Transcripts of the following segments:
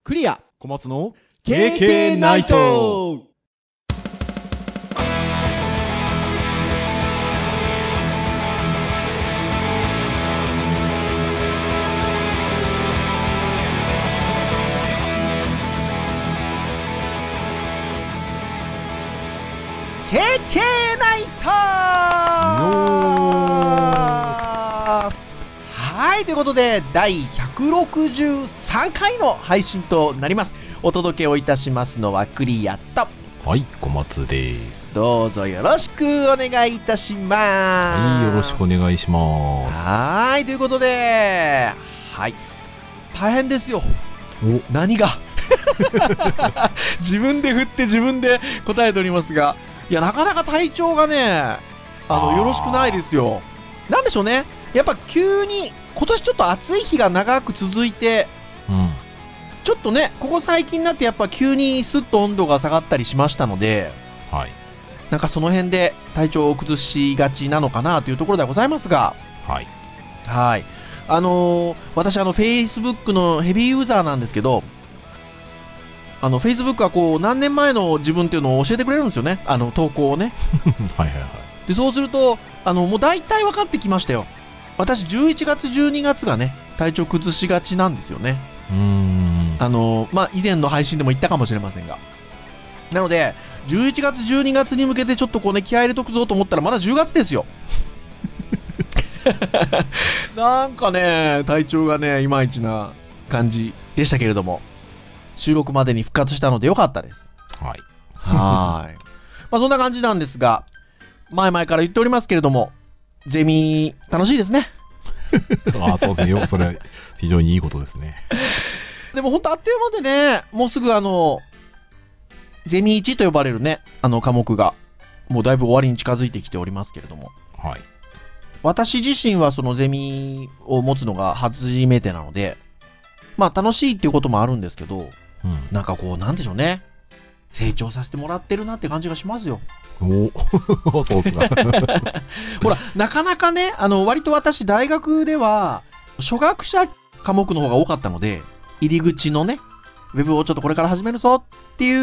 クリア小松の KK ナイト。 KK ナイトはい、ということで第163回の配信となります。お届けをいたしますのはクリアと、 はい、小松です。 どうぞよろしくお願いいたします。 はい、よろしくお願いします。 はい、ということで、はい、大変ですよ。何が自分で振って自分で答えておりますが、いや、なかなか体調がね、よろしくないですよ。なんでしょうね。やっぱ急に、今年ちょっと暑い日が長く続いて、ちょっとね、ここ最近になってやっぱ急にスッと温度が下がったりしましたので、 はい。 なんかその辺で体調を崩しがちなのかなというところではございますが、 はい。 はい。私Facebook のヘビーユーザーなんですけど、Facebook はこう、何年前の自分っていうのを教えてくれるんですよね。投稿をね。 はいはいはい。 で、そうすると、もう大体分かってきましたよ。私、11月、12月がね、体調崩しがちなんですよね。以前の配信でも言ったかもしれませんが。なので、11月、12月に向けてちょっとこうね、気合い入れとくぞと思ったら、まだ10月ですよ。なんかね、体調がね、いまいちな感じでしたけれども、収録までに復活したのでよかったです。 はい。 はい。そんな感じなんですが、前々から言っておりますけれども、ゼミ、楽しいですね。 そうですね。それ、非常にいいことですね。 でも本当あっという間でね、もうすぐゼミ1と呼ばれるね、科目が、もうだいぶ終わりに近づいてきておりますけれども。 はい。 私自身はそのゼミを持つのが初めてなので、楽しいっていうこともあるんですけど、なんかこう、なんでしょうね。成長させてもらってるなって感じがしますよ。 そうっすか。 ほら、なかなかね、割と私、大学では、初学者科目の方が多かったので、入り口のね、ウェブをちょっとこれから始めるぞっていう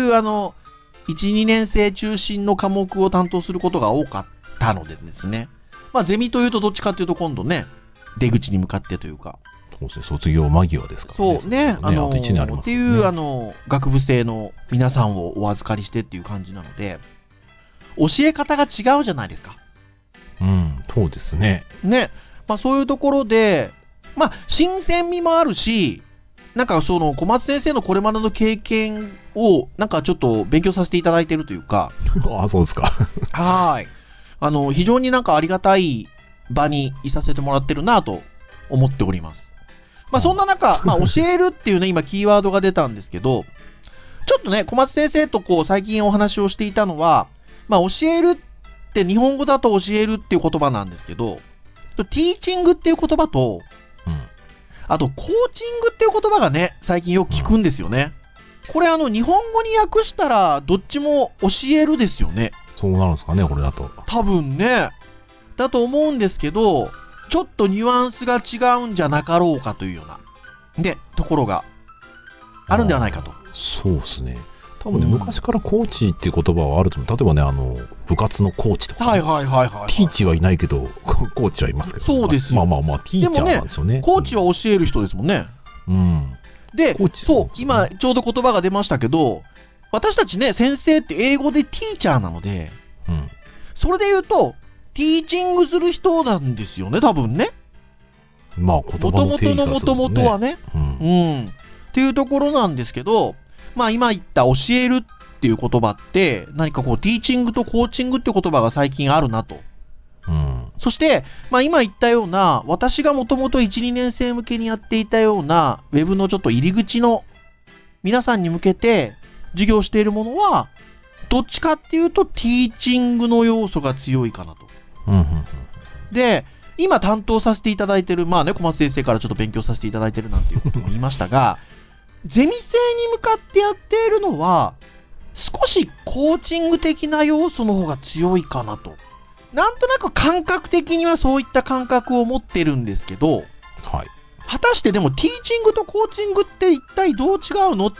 、1、2年生中心の科目を担当することが多かったのでですね。ゼミというとどっちかっていうと今度ね、出口に向かってというか、 そうですね、卒業間際ですからね。 そうね、 あと1年ありますね。 っていう学部生の皆さんをお預かりしてっていう感じなので、教え方が違うじゃないですか。 そうですね。 ね、そういうところで、新鮮味もあるし、なんかその小松先生のこれまでの経験をなんかちょっと勉強させていただいているというか、 そうですか。 はい。非常になんかありがたい場にいさせてもらってるなと思っております。そんな中、教えるっていうね、今キーワードが出たんですけど、ちょっとね、小松先生とこう最近お話をしていたのは、教えるって日本語だと教えるっていう言葉なんですけど、ティーチングっていう言葉と、あとコーチングっていう言葉がね、最近よく聞くんですよね。これ日本語に訳したらどっちも教えるですよね。 そうなるんですかね、これだと。 多分ね、だと思うんですけど、ちょっとニュアンスが違うんじゃなかろうかというような、ところがあるんではないかと。 そうですね。多分ね、昔からコーチっていう言葉はあると思う。例えばね、部活のコーチとか、 はいはいはいはい。 ティーチはいないけど、コーチはいますけど、 そうですよ。 ティーチャーなんですよね。 コーチは教える人ですもんね。で、そう、今ちょうど言葉が出ましたけど、私たちね、先生って英語でティーチャーなので、それで言うと、ティーチングする人なんですよね、多分ね。 言葉の定義がそうですね。 元々はね。っていうところなんですけど、今言った教えるっていう言葉って、何かこう、ティーチングとコーチングって言葉が最近あるなと。そして、今言ったような、私がもともと1、2年生向けにやっていたような、ウェブのちょっと入り口の皆さんに向けて授業しているものは、どっちかっていうと、ティーチングの要素が強いかなと。で、今担当させていただいている、小松先生からちょっと勉強させていただいているなんていうことも言いましたが、ゼミ生に向かってやっているのは、少しコーチング的な要素の方が強いかなと。なんとなく感覚的にはそういった感覚を持ってるんですけど、 果たしてでもティーチングとコーチングって一体どう違うのって、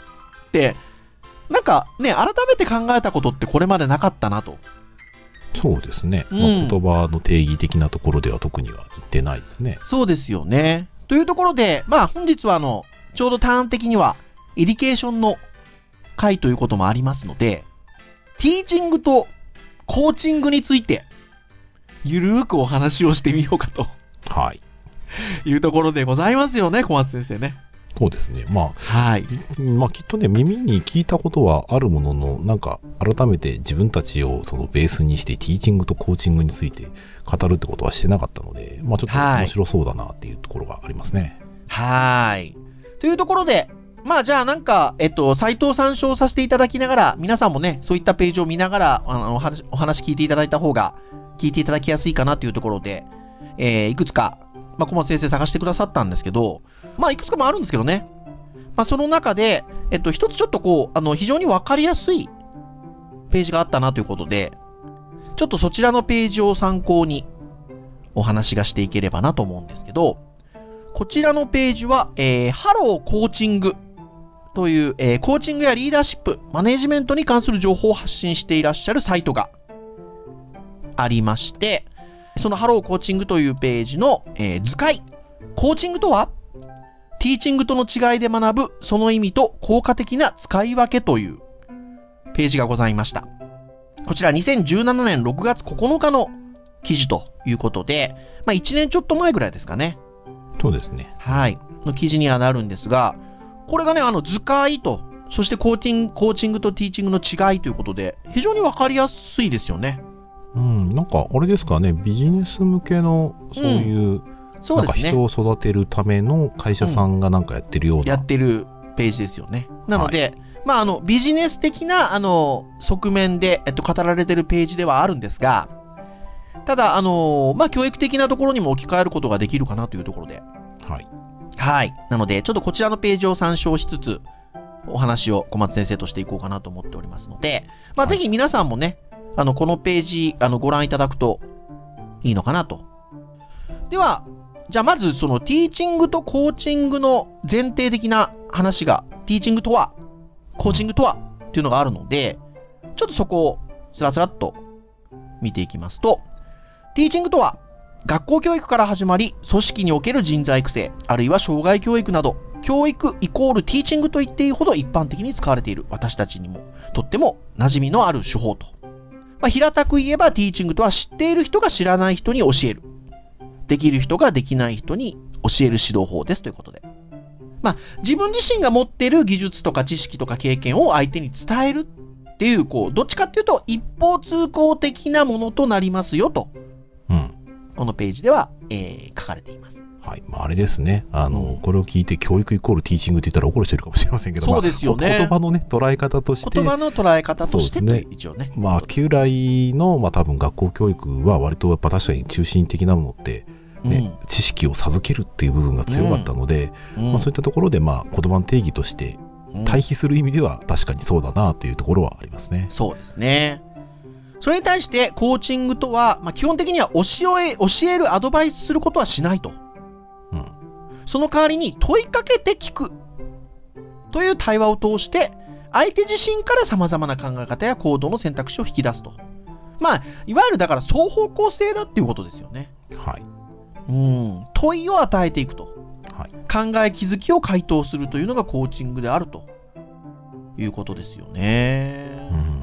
なんかね、改めて考えたことってこれまでなかったなと。 そうですね。言葉の定義的なところでは特には言ってないですね。 そうですよね。というところで、本日はちょうどターン的にはエディケーションの回ということもありますので、ティーチングとコーチングについてゆるーくお話をしてみようかと、 はい、 いうところでございますよね、小松先生ね。 そうですね。 はい。 きっとね、耳に聞いたことはあるものの、なんか改めて自分たちをそのベースにしてティーチングとコーチングについて語るってことはしてなかったので、ちょっと面白そうだなっていうところがありますね。 はい。というところで、じゃあなんか、サイトを参照させていただきながら、皆さんもね、そういったページを見ながら、お話聞いていただいた方が、聞いていただきやすいかなというところで、いくつか、小松先生探してくださったんですけど、いくつかもあるんですけどね。その中で、一つちょっと非常にわかりやすいページがあったなということで、ちょっとそちらのページを参考にお話がしていければなと思うんですけど、こちらのページは、ハローコーチングという、コーチングやリーダーシップ、マネジメントに関する情報を発信していらっしゃるサイトがありまして、そのハローコーチングというページの、図解、コーチングとはティーチングとの違いで学ぶその意味と効果的な使い分けというページがございました。こちら2017年6月9日の記事ということで、1年ちょっと前ぐらいですかね。 そうですね。 はい。の記事にはなるんですが、これがね、図解と、そしてコーチングとティーチングの違いということで、非常にわかりやすいですよね。 なんかあれですかね、ビジネス向けのそういう、なんか人を育てるための会社さんがなんかやってるような、 やってるページですよね。なので、ビジネス的な側面で、語られてるページではあるんですが、ただ教育的なところにも置き換えることができるかなというところで、はい。なのでちょっとこちらのページを参照しつつお話を小松先生としていこうかなと思っておりますので、ぜひ皆さんもね、このページご覧いただくといいのかなと。では、じゃあまずそのティーチングとコーチングの前提的な話が、ティーチングとは、コーチングとはっていうのがあるので、ちょっとそこをスラスラっと見ていきますと、ティーチングとは、学校教育から始まり、組織における人材育成、あるいは障害教育など、教育イコールティーチングと言っていいほど一般的に使われている私たちにもとっても馴染みのある手法と。平たく言えばティーチングとは知っている人が知らない人に教える。できる人ができない人に教える指導法ですということで。自分自身が持っている技術とか知識とか経験を相手に伝えるっていう、どっちかっていうと一方通行的なものとなりますよと。このページでは、書かれています。 はい。あれですね。これを聞いて教育イコールティーチングって言ったら怒る人いるかもしれませんけど、 そうですよね。 言葉のね、捉え方として。 言葉の捉え方としてと一応ね。 旧来の、多分学校教育は割とやっぱ確かに中心的なものって、知識を授けるっていう部分が強かったので、そういったところで、言葉の定義として、対比する意味では確かにそうだなっていうところはありますね。 そうですね。それに対してコーチングとは、基本的には教えるアドバイスすることはしないと。その代わりに問いかけて聞くという対話を通して相手自身から様々な考え方や行動の選択肢を引き出すと。いわゆるだから双方向性だっていうことですよね。 はい。 問いを与えていくと。考え気づきを回答するというのがコーチングであるということですよね。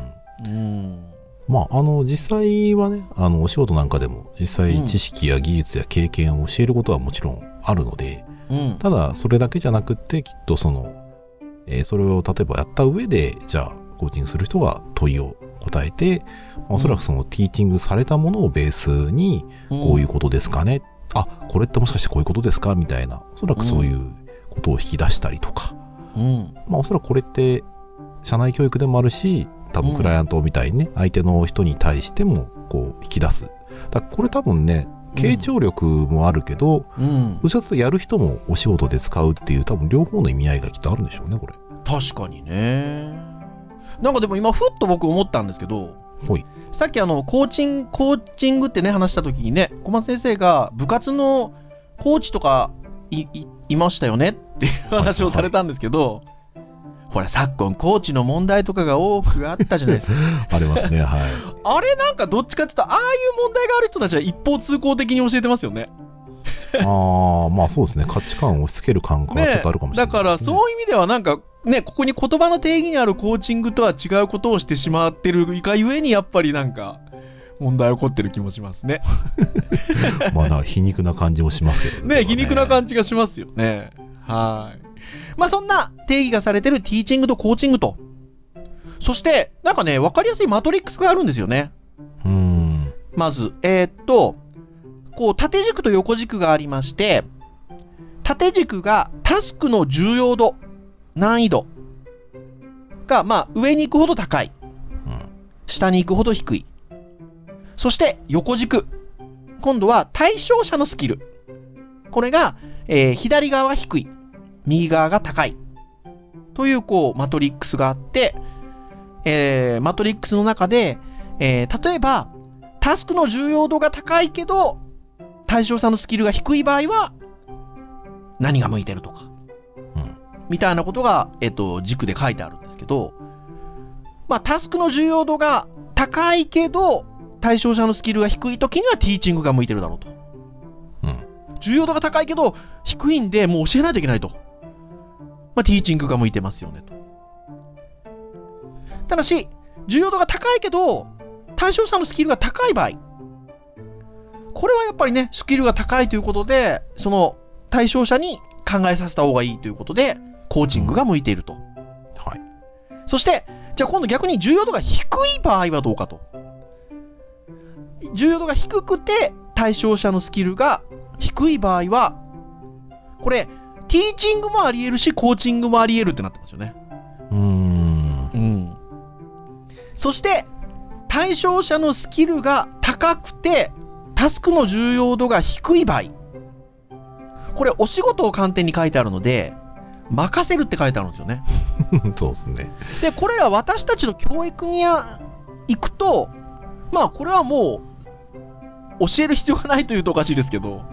実際はね、お仕事なんかでも実際知識や技術や経験を教えることはもちろんあるので、ただそれだけじゃなくってきっとそれを例えばやった上でじゃあコーチングする人が問いを答えて、おそらくそのティーチングされたものをベースにこういうことですかね、これってもしかしてこういうことですかみたいな、おそらくそういうことを引き出したりとか、おそらくこれって社内教育でもあるし、多分クライアントみたいにね、相手の人に対してもこう引き出す。これ多分ね、傾聴力もあるけど、どちらかというとやる人もお仕事で使うっていう多分両方の意味合いがきっとあるんでしょうね、これ。 確かにね。なんかでも今ふっと僕思ったんですけど、さっきコーチングってね話した時にね、小松先生が部活のコーチとかいましたよねっていう話をされたんですけど、ほら、昨今、コーチの問題とかが多くあったじゃないですか。 ありますね、はい。 あれなんかどっちかっていうと、ああいう問題がある人たちは一方通行的に教えてますよね。 まあそうですね。価値観を押し付ける感覚はちょっとあるかもしれないですね。 だからそういう意味ではなんか、ね、ここに言葉の定義にあるコーチングとは違うことをしてしまってるがゆえに、やっぱりなんか、問題起こってる気もしますね。 まあなんか皮肉な感じもしますけどね。皮肉な感じがしますよね。はい。まあそんな定義がされてるティーチングとコーチングと。そして、なんかね、わかりやすいマトリックスがあるんですよね。まず、こう、縦軸と横軸がありまして、縦軸がタスクの重要度、難易度が、まあ上に行くほど高い。下に行くほど低い。そして横軸。今度は対象者のスキル。これが、左側は低い。右側が高い。という、こう、マトリックスがあって、マトリックスの中で、例えば、タスクの重要度が高いけど、対象者のスキルが低い場合は、何が向いてるとか。みたいなことが、軸で書いてあるんですけど、まあ、タスクの重要度が高いけど、対象者のスキルが低いときにはティーチングが向いてるだろうと。重要度が高いけど、低いんで、もう教えないといけないと。まあ、ティーチングが向いてますよねと。ただし、重要度が高いけど、対象者のスキルが高い場合、これはやっぱりね、スキルが高いということで、その対象者に考えさせた方がいいということで、コーチングが向いていると。 はい。 そして、じゃあ今度逆に重要度が低い場合はどうかと。重要度が低くて、対象者のスキルが低い場合は、これ、ティーチングもあり得るし、コーチングもあり得るってなってますよね。そして、対象者のスキルが高くて、タスクの重要度が低い場合。これ、お仕事を観点に書いてあるので、任せるって書いてあるんですよね。 そうですね。 で、これら私たちの教育に行くと、まあ、これはもう、教える必要がないというとおかしいですけど、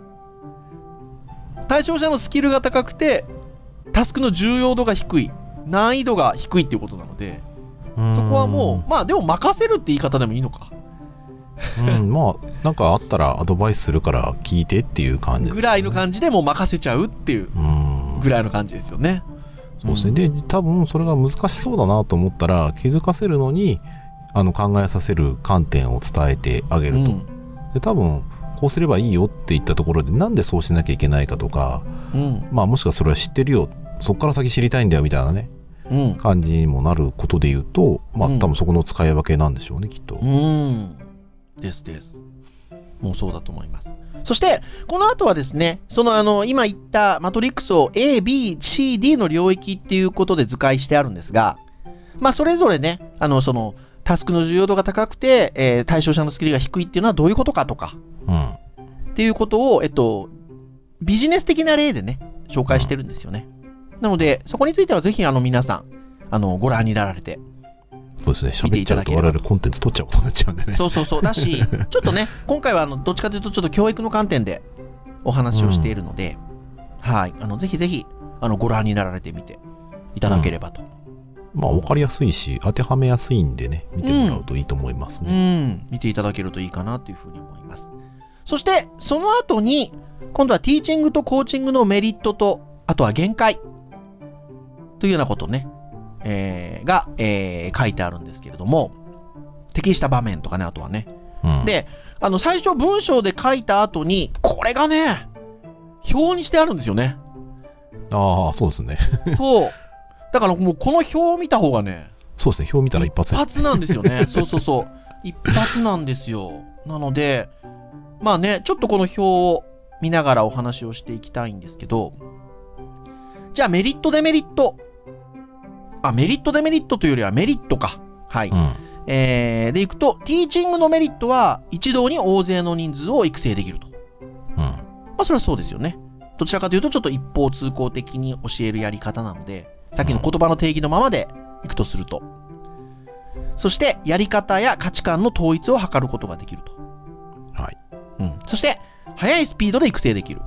対象者のスキルが高くて、タスクの重要度が低い、難易度が低いっていうことなので、そこはもう、まあでも任せるって言い方でもいいのか。 まあ、なんかあったらアドバイスするから聞いてっていう感じですね。 ぐらいの感じでもう任せちゃうっていうぐらいの感じですよね。 そうですね。で、多分それが難しそうだなと思ったら、気づかせるのに、考えさせる観点を伝えてあげると。で、多分、こうすればいいよって言ったところで、なんでそうしなきゃいけないかとか、まあもしかそれは知ってるよ、そこから先知りたいんだよみたいなね、感じにもなることで言うと、まあ多分そこの使い分けなんでしょうね、きっと。 です。もうそうだと思います。そして、この後はですね、その今言ったマトリックスを A、B、C、D の領域っていうことで図解してあるんですが、まあそれぞれね、そのタスクの重要度が高くて、対象者のスキルが低いっていうのはどういうことかとか、っていうことを、ビジネス的な例でね、紹介してるんですよね。なので、そこについてはぜひ皆さん、ご覧になられて。 そうですね、喋っちゃうと我々コンテンツ取っちゃうことになっちゃうんでね。 そう。だし、ちょっとね、今回はどっちかというとちょっと教育の観点でお話をしているので、はい。ぜひぜひ、ご覧になられてみていただければと。 まあ、わかりやすいし、当てはめやすいんでね、見てもらうといいと思いますね。 見ていただけるといいかなというふうに思います。そして、その後に、今度はティーチングとコーチングのメリットと、あとは限界というようなことね、が、書いてあるんですけれども、適した場面とかね、あとはね。で、最初文章で書いた後に、これがね、表にしてあるんですよね。 ああ、そうですね。 そう。だからもうこの表を見た方がね、 そうですね、表見たら一発です。一発なんですよね。そう。一発なんですよ。なので、まあね、ちょっとこの表を見ながらお話をしていきたいんですけど、じゃあメリットデメリット。メリットデメリットというよりはメリットか。はい。でいくと、ティーチングのメリットは一堂に大勢の人数を育成できると。まあそれはそうですよね。どちらかというとちょっと一方通行的に教えるやり方なので、さっきの言葉の定義のままでいくとすると。そして、やり方や価値観の統一を図ることができると。 はい。 そして、速いスピードで育成できる。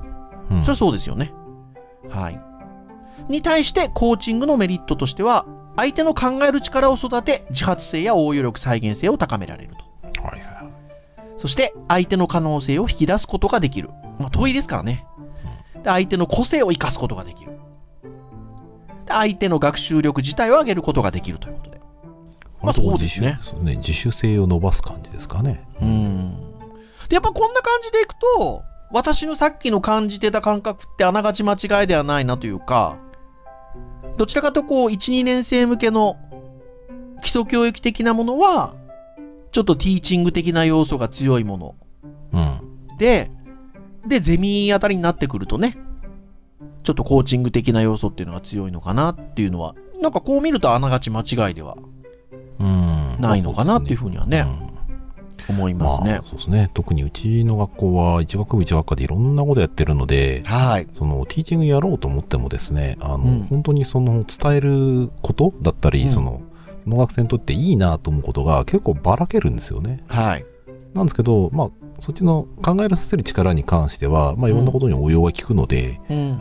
うん、 それはそうですよね。はい。に対してコーチングのメリットとしては、相手の考える力を育て、自発性や応用力、再現性を高められると。 はいはい。 そして相手の可能性を引き出すことができる。まあ、問いですからね。で、相手の個性を生かすことができる。で、相手の学習力自体を上げることができるということで。まあそうですね。 自主性を伸ばす感じですかね。 で、やっぱこんな感じでいくと、私のさっきの感じてた感覚ってあながち間違いではないなというか、どちらかとこう、1、2年生向けの基礎教育的なものは、ちょっとティーチング的な要素が強いもの。 うん。 で、ゼミあたりになってくるとね、ちょっとコーチング的な要素っていうのが強いのかなっていうのは、なんかこう見るとあながち間違いではないのかなっていうふうにはね、思いますね。 そうですね。特にうちの学校は一学部一学科でいろんなことやってるので、 はい。 そのティーチングやろうと思ってもですね、本当にその伝えることだったり、その学生にとっていいなと思うことが結構ばらけるんですよね。 はい。 なんですけど、まあ、そっちの考えさせる力に関しては、まあ、いろんなことに応用が効くので、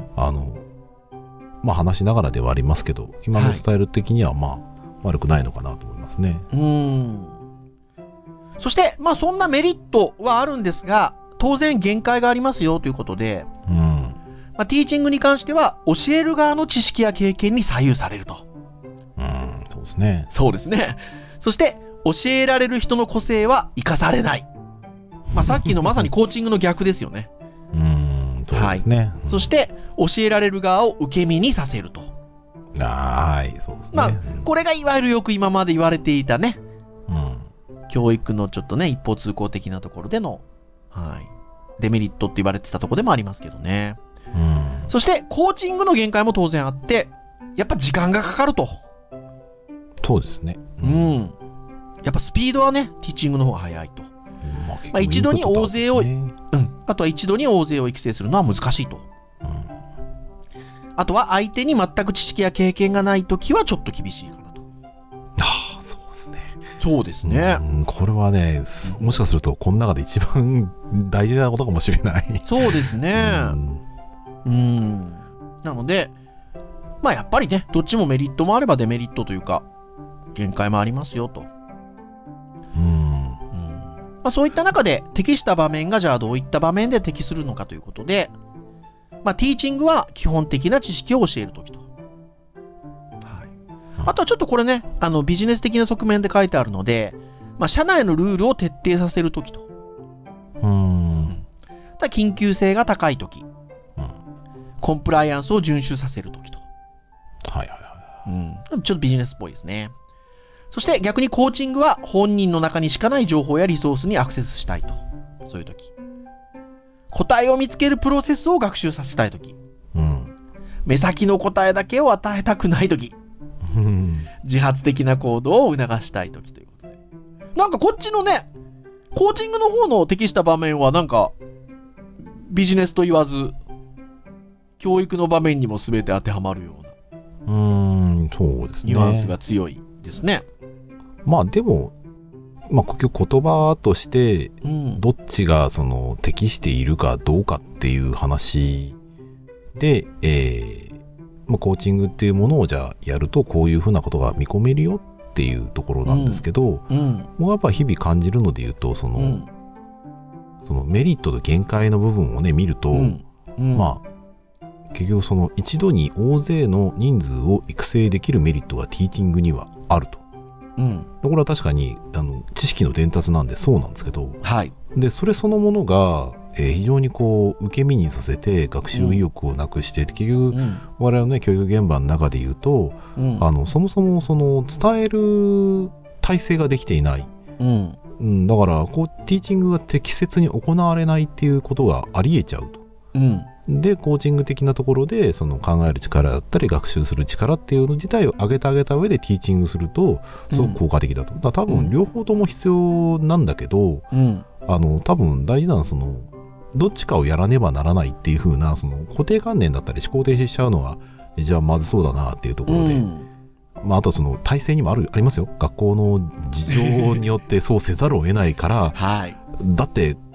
まあ、話しながらではありますけど、今のスタイル的には、まあ、悪くないのかなと思いますね。 そして、まあ、そんなメリットはあるんですが、当然限界がありますよということで、まあ、ティーチングに関しては、教える側の知識や経験に左右されると。 そうですね。 そうですね。そして、教えられる人の個性は生かされない。まあ、さっきのまさにコーチングの逆ですよね。 そうですね。 そして、教えられる側を受け身にさせると。 はい、そうですね。 まあ、これがいわゆるよく今まで言われていたね、教育のちょっとね、一方通行的なところでの、デメリットって言われてたところでもありますけどね。そして、コーチングの限界も当然あって、やっぱ時間がかかると。 そうですね。 やっぱスピードはね、ティーチングの方が早いと。まあ、一度に大勢を、あとは一度に大勢を育成するのは難しいと。あとは相手に全く知識や経験がないときはちょっと厳しいかなと。 そうですね。 そうですね。 これはね、もしかするとこの中で一番大事なことかもしれない。 そうですね。なので、まあやっぱりね、どっちもメリットもあればデメリットというか、限界もありますよと。まあ、そういった中で適した場面がじゃあどういった場面で適するのかということで、まあ、ティーチングは基本的な知識を教えるときと。あとはちょっとこれね、ビジネス的な側面で書いてあるので、まあ、社内のルールを徹底させるときと。緊急性が高いとき、コンプライアンスを遵守させるときと。ちょっとビジネスっぽいですね。そして逆にコーチングは本人の中にしかない情報やリソースにアクセスしたいと。そういうとき。答えを見つけるプロセスを学習させたいとき。目先の答えだけを与えたくないとき。自発的な行動を促したいときということで。なんかこっちのね、コーチングの方の適した場面はなんか、ビジネスと言わず、教育の場面にも全て当てはまるような。 そうですね。 ニュアンスが強いですね。 まあでも、まあ結局言葉として、どっちがその適しているかどうかっていう話で、まあ、コーチングっていうものをじゃあやるとこういうふうなことが見込めるよっていうところなんですけど、もうやっぱ日々感じるので言うとそのメリットと限界の部分をね見ると、まあ結局その一度に大勢の人数を育成できるメリットがティーチングにはあると。これは確かに知識の伝達なんでそうなんですけど、でそれそのものが、非常にこう受け身にさせて学習意欲をなくして、結局、我々の、ね、教育現場の中で言うと、そもそもその伝える体制ができていない、だからこうティーチングが適切に行われないっていうことがありえちゃうと。でコーチング的なところでその考える力だったり学習する力っていうの自体を上げてあげた上でティーチングするとすごく効果的だと。だから多分両方とも必要なんだけど、多分大事なのはそのどっちかをやらねばならないっていう風なその固定観念だったり思考停止しちゃうのはじゃあまずそうだなっていうところで、まあ、あとはその体制にもありますよ。学校の事情によってそうせざるを得ないから、だって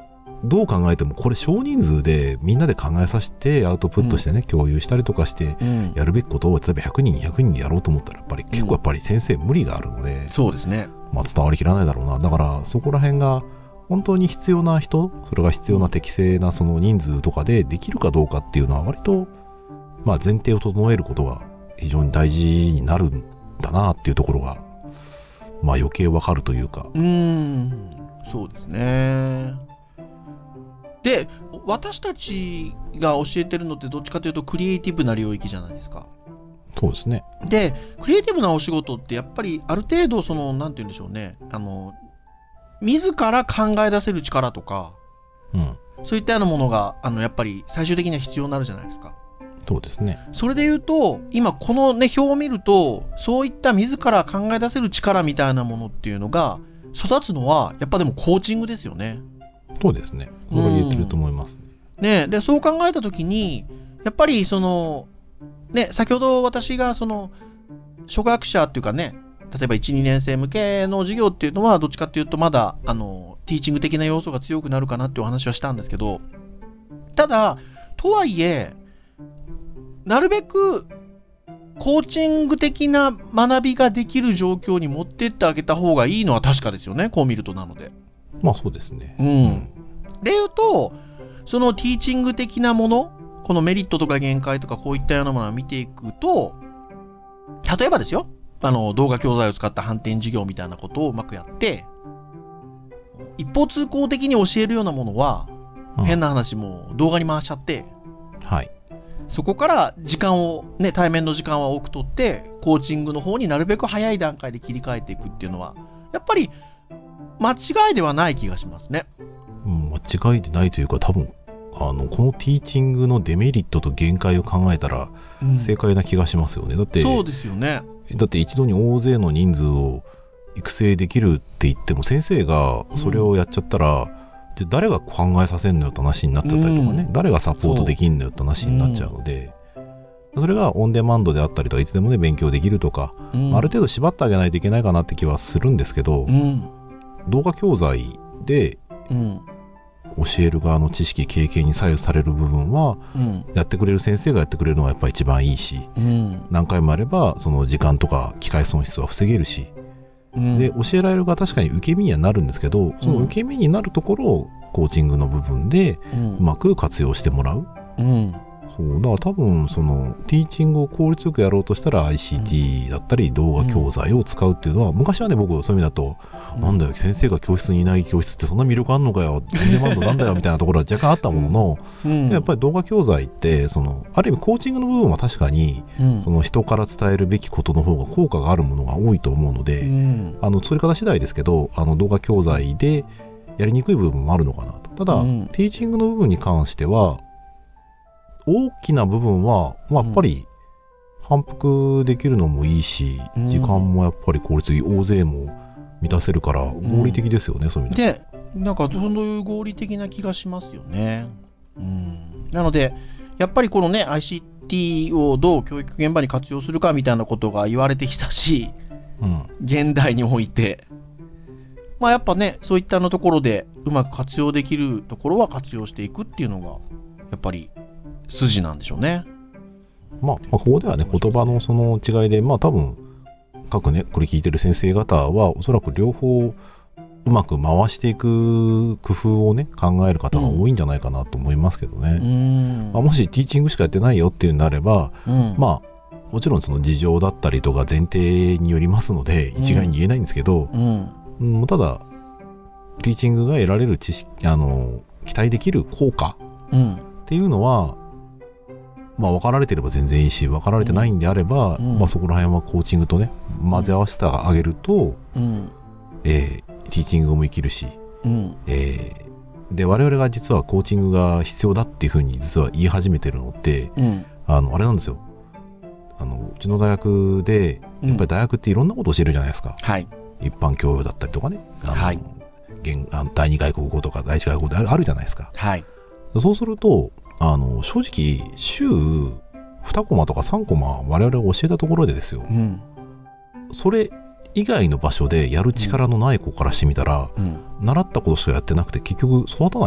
どう考えてもこれ少人数でみんなで考えさせてアウトプットしてね、共有したりとかしてやるべきことを例えば100人200人でやろうと思ったら結構やっぱり先生無理があるので、 そうですね、 伝わりきらないだろうな。だからそこら辺が本当に必要な人、それが必要な適正なその人数とかでできるかどうかっていうのは割と前提を整えることが非常に大事になるんだなっていうところが余計わかるというか。 そうですね。で、私たちが教えてるのってどっちかというとクリエイティブな領域じゃないですか。 そうですね。 で、クリエイティブなお仕事ってやっぱりある程度なんて言うんでしょうね、自ら考え出せる力とか、そういったようなものがやっぱり最終的には必要になるじゃないですか。 そうですね。 それで言うと今このね表を見ると、そういった自ら考え出せる力みたいなものっていうのが育つのはやっぱでもコーチングですよね。 そうですね。それが言えてると思いますね。でそう考えたときにやっぱり先ほど私が初学者っていうかね、例えば 1,2 年生向けの授業っていうのはどっちかっていうとまだティーチング的な要素が強くなるかなっていうお話はしたんですけど、ただとはいえなるべくコーチング的な学びができる状況に持ってってあげた方がいいのは確かですよね、こう見ると。なのでそうですね。 でいうとそのティーチング的なもの、このメリットとか限界とかこういったようなものを見ていくと、例えばですよ、動画教材を使った反転授業みたいなことをうまくやって一方通行的に教えるようなものは、変な話も動画に回しちゃって、そこから時間を対面の時間は多く取ってコーチングの方になるべく早い段階で切り替えていくっていうのはやっぱり間違いではない気がしますね。 間違いでないというか、多分このティーチングのデメリットと限界を考えたら正解な気がしますよね。だってそうですよね。 だって一度に大勢の人数を育成できるって言っても先生がそれをやっちゃったら、じゃあ誰が考えさせんのよって話になっちゃったりとかね、誰がサポートできんのよって話になっちゃうので、それがオンデマンドであったりとかいつでもね勉強できるとか、ある程度縛ってあげないといけないかなって気はするんですけど、動画教材で教える側の知識経験に左右される部分は、やってくれる先生がやってくれるのがやっぱり一番いいし、何回もあればその時間とか機会損失は防げるし、で教えられる側確かに受け身にはなるんですけど、その受け身になるところをコーチングの部分でうまく活用してもらう。そうだから多分そのティーチングを効率よくやろうとしたら ICT だったり動画教材を使うっていうのは、昔はね僕そういう意味だと、なんだよ先生が教室にいない教室ってそんな魅力あんのかよ、オンデマンドなんだよみたいなところは若干あったものの、やっぱり動画教材ってある意味コーチングの部分は確かに、その人から伝えるべきことの方が効果があるものが多いと思うので、作り方次第ですけど動画教材でやりにくい部分もあるのかなと。ただ、ティーチングの部分に関しては大きな部分は、やっぱり反復できるのもいいし、時間もやっぱり効率いい、大勢も満たせるから合理的ですよね、そういう意味で。なんかそういう合理的な気がしますよね。なのでやっぱりこのね ICT をどう教育現場に活用するかみたいなことが言われてきたし、現代においてやっぱねそういったところでうまく活用できるところは活用していくっていうのがやっぱり筋なんでしょうね。 ここではね言葉のその違いで多分各ねこれ聞いてる先生方はおそらく両方うまく回していく工夫をね考える方が多いんじゃないかなと思いますけどね。もしティーチングしかやってないよっていうのであれば、もちろんその事情だったりとか前提によりますので一概に言えないんですけど、ただティーチングが得られる知識期待できる効果っていうのは分かられてれば全然いいし、分かられてないんであれば、そこら辺はコーチングとね混ぜ合わせてあげると、ティーチングも生きるし、で我々が実はコーチングが必要だっていうふうに実は言い始めてるのって、あれなんですよ。うちの大学でやっぱり大学っていろんなことを教えるじゃないですか。一般教養だったりとかね、第二外国語とか第一外国語であるじゃないですか。そうすると正直週2コマとか3コマ我々が教えたところでですよ、それ以外の場所でやる力のない子からしてみたら、習ったことしかやってなくて結局育たないですよ。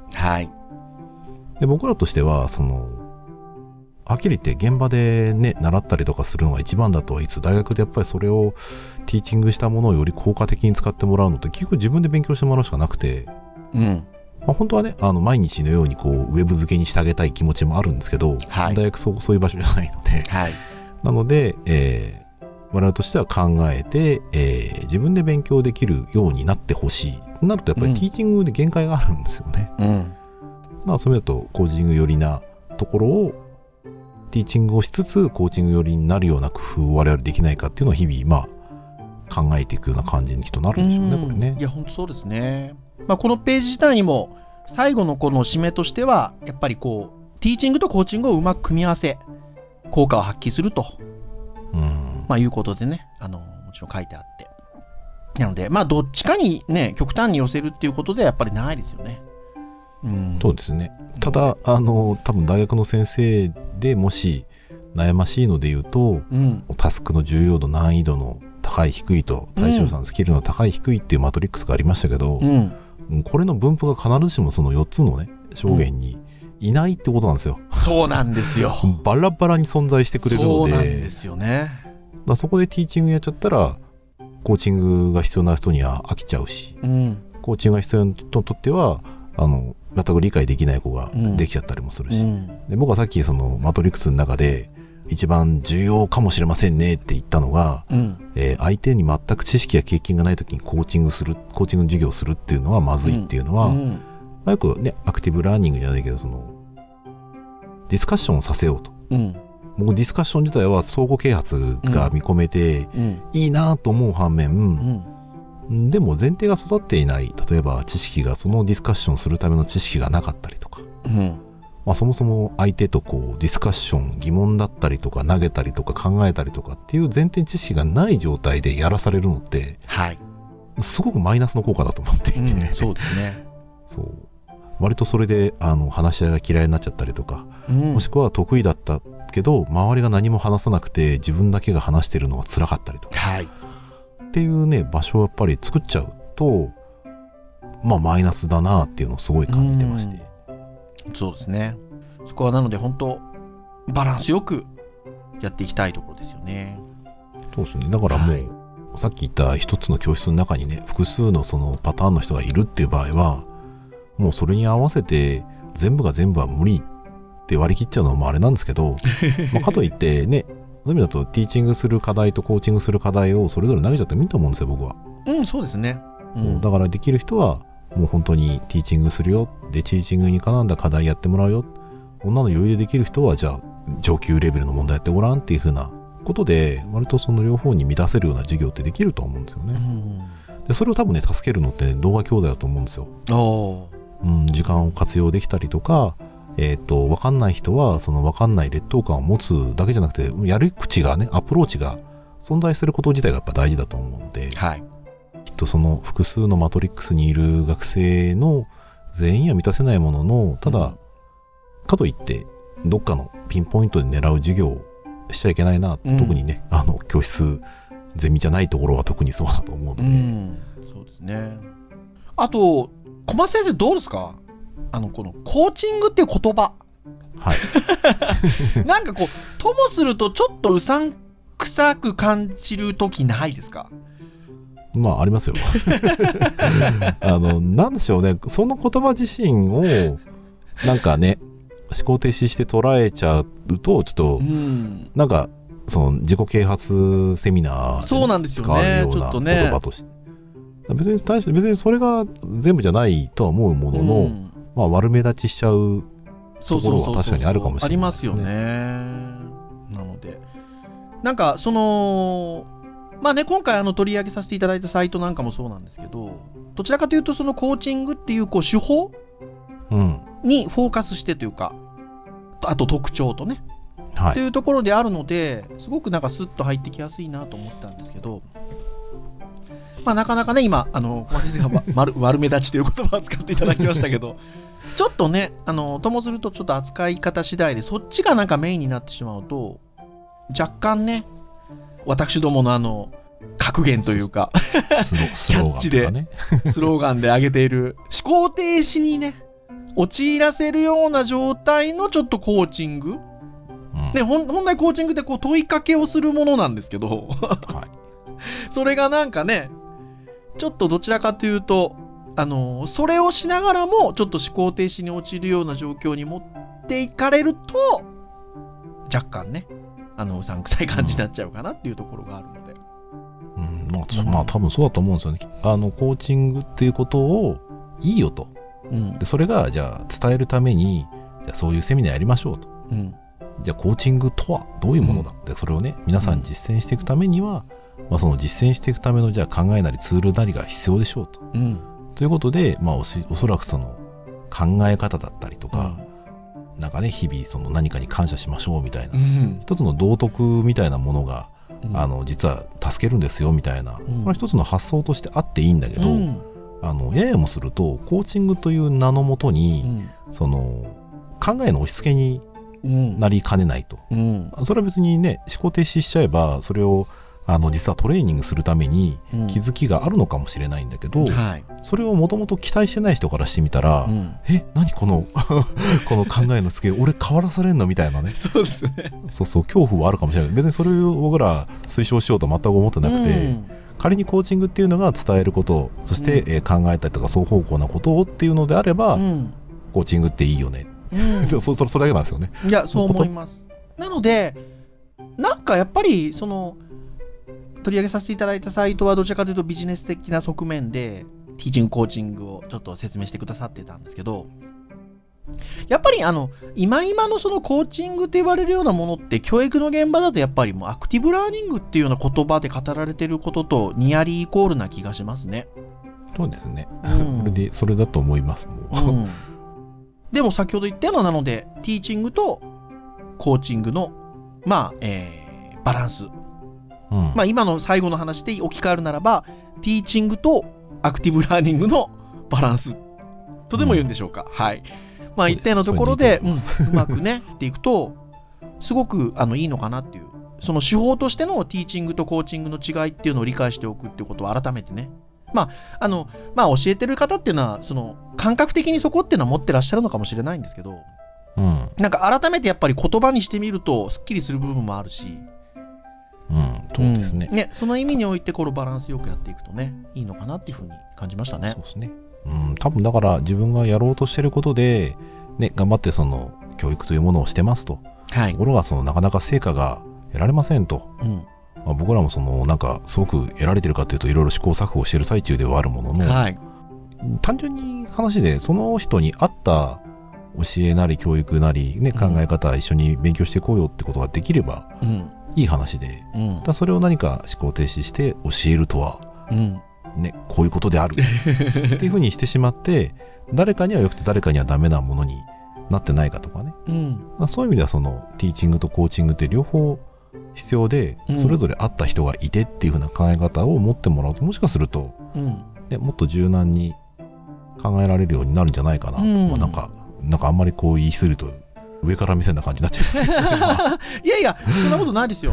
はい。 で、僕らとしては、はっきり言って現場でね、習ったりとかするのが一番だとは言いつつ、大学でやっぱりそれをティーチングしたものをより効果的に使ってもらうのって結局自分で勉強してもらうしかなくて、 うん。 本当はね、毎日のようにこうウェブ付けにしてあげたい気持ちもあるんですけど、 はい、 大学そういう場所じゃないので、 はい、 なので、我々としては考えて、自分で勉強できるようになってほしいとなると、やっぱりティーチングで限界があるんですよね。 うん。 まあ、そういう意味だとコーチング寄りなところをティーチングをしつつコーチング寄りになるような工夫を我々できないかっていうのを日々、まあ、考えていくような感じにきっとなるんでしょうね、これね。 いや、本当そうですね。まあ、このページ自体にも最後のこの締めとしては、やっぱりこうティーチングとコーチングをうまく組み合わせ効果を発揮すると、まあ、いうことでね、もちろん書いてあって、なので、まあ、どっちかにね、極端に寄せるっていうことではやっぱりないですよね。 そうですね。ただ多分大学の先生でもし悩ましいので言うと、タスクの重要度、難易度の高い低いと、対象者のスキルの高い低いっていうマトリックスがありましたけど、これの分布が必ずしもその4つのね証言にいないってことなんですよ。 そうなんですよ。 バラバラに存在してくれるので、 そうなんですよね。 だそこでティーチングやっちゃったらコーチングが必要な人には飽きちゃうし、コーチングが必要な人にとっては全く理解できない子ができちゃったりもするし、で僕はさっきそのマトリックスの中で一番重要かもしれませんねって言ったのが、相手に全く知識や経験がない時にコーチングの授業をするっていうのはまずいっていうのは、よくねアクティブラーニングじゃないけどディスカッションをさせようと、僕ディスカッション自体は相互啓発が見込めていいなと思う反面、でも前提が育っていない、例えば知識がそのディスカッションするための知識がなかったりとか、まあ、そもそも相手とこうディスカッション疑問だったりとか投げたりとか考えたりとかっていう前提知識がない状態でやらされるのって、すごくマイナスの効果だと思っていて、 そうですね。 そう割とそれで話し合いが嫌いになっちゃったりとか、もしくは得意だったけど周りが何も話さなくて自分だけが話してるのが辛かったりとか、っていうね場所をやっぱり作っちゃうと、まあマイナスだなっていうのをすごい感じてまして、 そうですね。そこはなので本当バランスよくやっていきたいところですよね。 そうですね。だからもう、さっき言った一つの教室の中にね複数のそのパターンの人がいるっていう場合は、もうそれに合わせて全部が全部は無理って割り切っちゃうのもあれなんですけどまあかといってね、そういう意味だとティーチングする課題とコーチングする課題をそれぞれ投げちゃってもいいと思うんですよ、僕は。 そうですね。 だからできる人はもう本当にティーチングするよ、でティーチングに絡んだ課題やってもらうよ、こんなの余裕でできる人はじゃあ上級レベルの問題やってごらんっていう風なことで、割とその両方に満たせるような授業ってできると思うんですよね。でそれを多分ね助けるのって、動画教材だと思うんですよ。時間を活用できたりとか、分かんない人はその分かんない劣等感を持つだけじゃなくて、やり口がねアプローチが存在すること自体がやっぱ大事だと思うので、きっとその複数のマトリックスにいる学生の全員は満たせないものの、ただかといってどっかのピンポイントで狙う授業をしちゃいけないな、特にね教室ゼミじゃないところは特にそうだと思うので、 そうですね。あと小松先生どうですか、このコーチングっていう言葉、なんかこうともするとちょっとうさんくさく感じる時ないですか？ まあありますよなんでしょうね、その言葉自身をなんかね思考停止して捉えちゃうと、ちょっとなんかその自己啓発セミナーで使われるような言葉として、別にそれが全部じゃないとは思うものの、まあ、悪目立ちしちゃうところは確かにあるかもしれないですね。ありますよね。なのでなんかそのまあね、今回取り上げさせていただいたサイトなんかもそうなんですけど、どちらかというとそのコーチングっていうこう手法にフォーカスしてというか、あと特徴とね、っていうところであるので、すごくなんかスッと入ってきやすいなと思ったんですけど、まあ、なかなかね今小松先生が悪目立ちという言葉を使っていただきましたけどちょっとねともするとちょっと扱い方次第でそっちがなんかメインになってしまうと、若干ね私どもの格言というかキャッチでスローガンで上げている思考停止にね陥らせるような状態のちょっとコーチング、で本来コーチングってこう問いかけをするものなんですけど、はい、それがなんかねちょっとどちらかというとそれをしながらもちょっと思考停止に陥るような状況に持っていかれると若干ねうさんくさい感じになっちゃうかなっていうところがあるので、 まあ多分そうだと思うんですよね。コーチングっていうことをいいよと、でそれがじゃあ伝えるためにじゃあそういうセミナーやりましょうと、じゃあコーチングとはどういうものだって、それをね皆さん実践していくためには、その実践していくためのじゃあ考えなりツールなりが必要でしょうと、ということで、おそらくその考え方だったりとか、なんかね日々その何かに感謝しましょうみたいな、一つの道徳みたいなものが、実は助けるんですよみたいな、これ一つの発想としてあっていいんだけど、ややもするとコーチングという名のもとに、その考えの押し付けになりかねないと、それは別にね思考停止しちゃえばそれを実はトレーニングするために気づきがあるのかもしれないんだけど、それをもともと期待してない人からしてみたら、何このこの考えのつけ俺変わらされんのみたいなね、 そうですね、 そう恐怖はあるかもしれない。別にそれを僕ら推奨しようと全く思ってなくて、仮にコーチングっていうのが伝えること、そして、考えたりとか双方向なことをっていうのであれば、コーチングっていいよね、それだけなんですよね。 いやそう思います。なのでなんかやっぱりその取り上げさせていただいたサイトはどちらかというとビジネス的な側面でティーチングコーチングをちょっと説明してくださってたんですけど、やっぱり今のそのコーチングって言われるようなものって教育の現場だとやっぱりもうアクティブラーニングっていうような言葉で語られてることとニアリーイコールな気がしますね。 そうですね、それだと思いますもん、 でも先ほど言ったような、なのでティーチングとコーチングのバランス、今の最後の話で置き換えるならばティーチングとアクティブラーニングのバランスとでも言うんでしょうか、一定のところでうまくねっていくとすごくいいのかなっていう、その手法としてのティーチングとコーチングの違いっていうのを理解しておくっていうことを改めてね、教えてる方っていうのはその感覚的にそこっていうのは持ってらっしゃるのかもしれないんですけど、なんか改めてやっぱり言葉にしてみるとすっきりする部分もあるし、 そうですね、 その意味においてこのバランスよくやっていくとねいいのかなっていうふうに感じましたね。 そうですね、多分だから自分がやろうとしてることで、頑張ってその教育というものをしてますと、ところがそのなかなか成果が得られませんと、僕らもそのなんかすごく得られてるかというといろいろ試行錯誤している最中ではあるものの、単純に話でその人に合った教えなり教育なり、考え方一緒に勉強していこうよってことができればいい話で、だそれを何か思考停止して教えるとは、こういうことであるっていうふうにしてしまって誰かには良くて誰かにはダメなものになってないかとかね、そういう意味ではそのティーチングとコーチングって両方必要で、それぞれ合った人がいてっていうふうな考え方を持ってもらうと、もしかすると、もっと柔軟に考えられるようになるんじゃないかな、なんかあんまりこう言いすぎると上から目線な感じになっちゃいますけどいやいやそんなことないですよ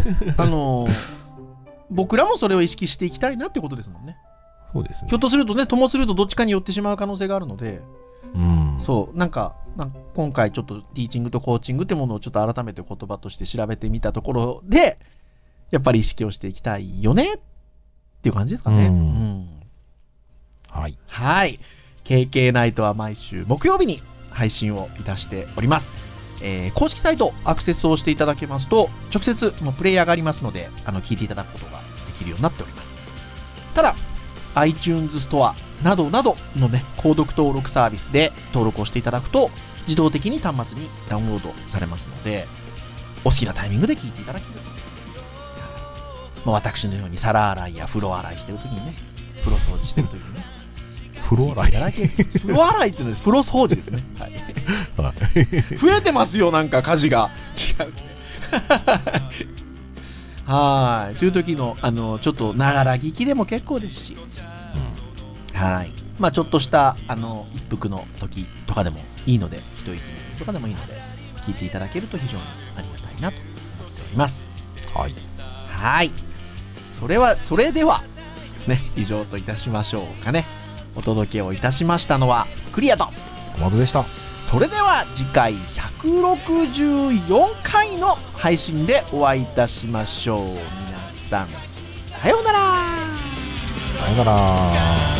僕らもそれを意識していきたいなってことですもんね。 そうですね、 ひょっとするとねともするとどっちかに寄ってしまう可能性があるので、そうなんか今回ちょっとティーチングとコーチングってものをちょっと改めて言葉として調べてみたところでやっぱり意識をしていきたいよねっていう感じですかね。はい、KK ナイトは毎週木曜日に配信をいたしております。公式サイトアクセスをしていただけますと直接もうプレイヤーがありますので聞いていただくことができるようになっております。ただ iTunes ストアなどなどのね購読登録サービスで登録をしていただくと自動的に端末にダウンロードされますのでお好きなタイミングで聞いていただける。私のように皿洗いや風呂洗いしてるときにね風呂掃除してるときにね風呂洗い風呂洗いっていうのは風呂掃除ですね、増えてますよなんか家事が違うはいという時のちょっとながら聞きでも結構ですし、ちょっとした一服の時とかでもいいので一息とかでもいいので聞いていただけると非常にありがたいなと思っております。それではですね以上といたしましょうかね。お届けをいたしましたのはクリアと小松でした。 それでは次回164回の配信でお会いいたしましょう。皆さんさようなら。 さようなら。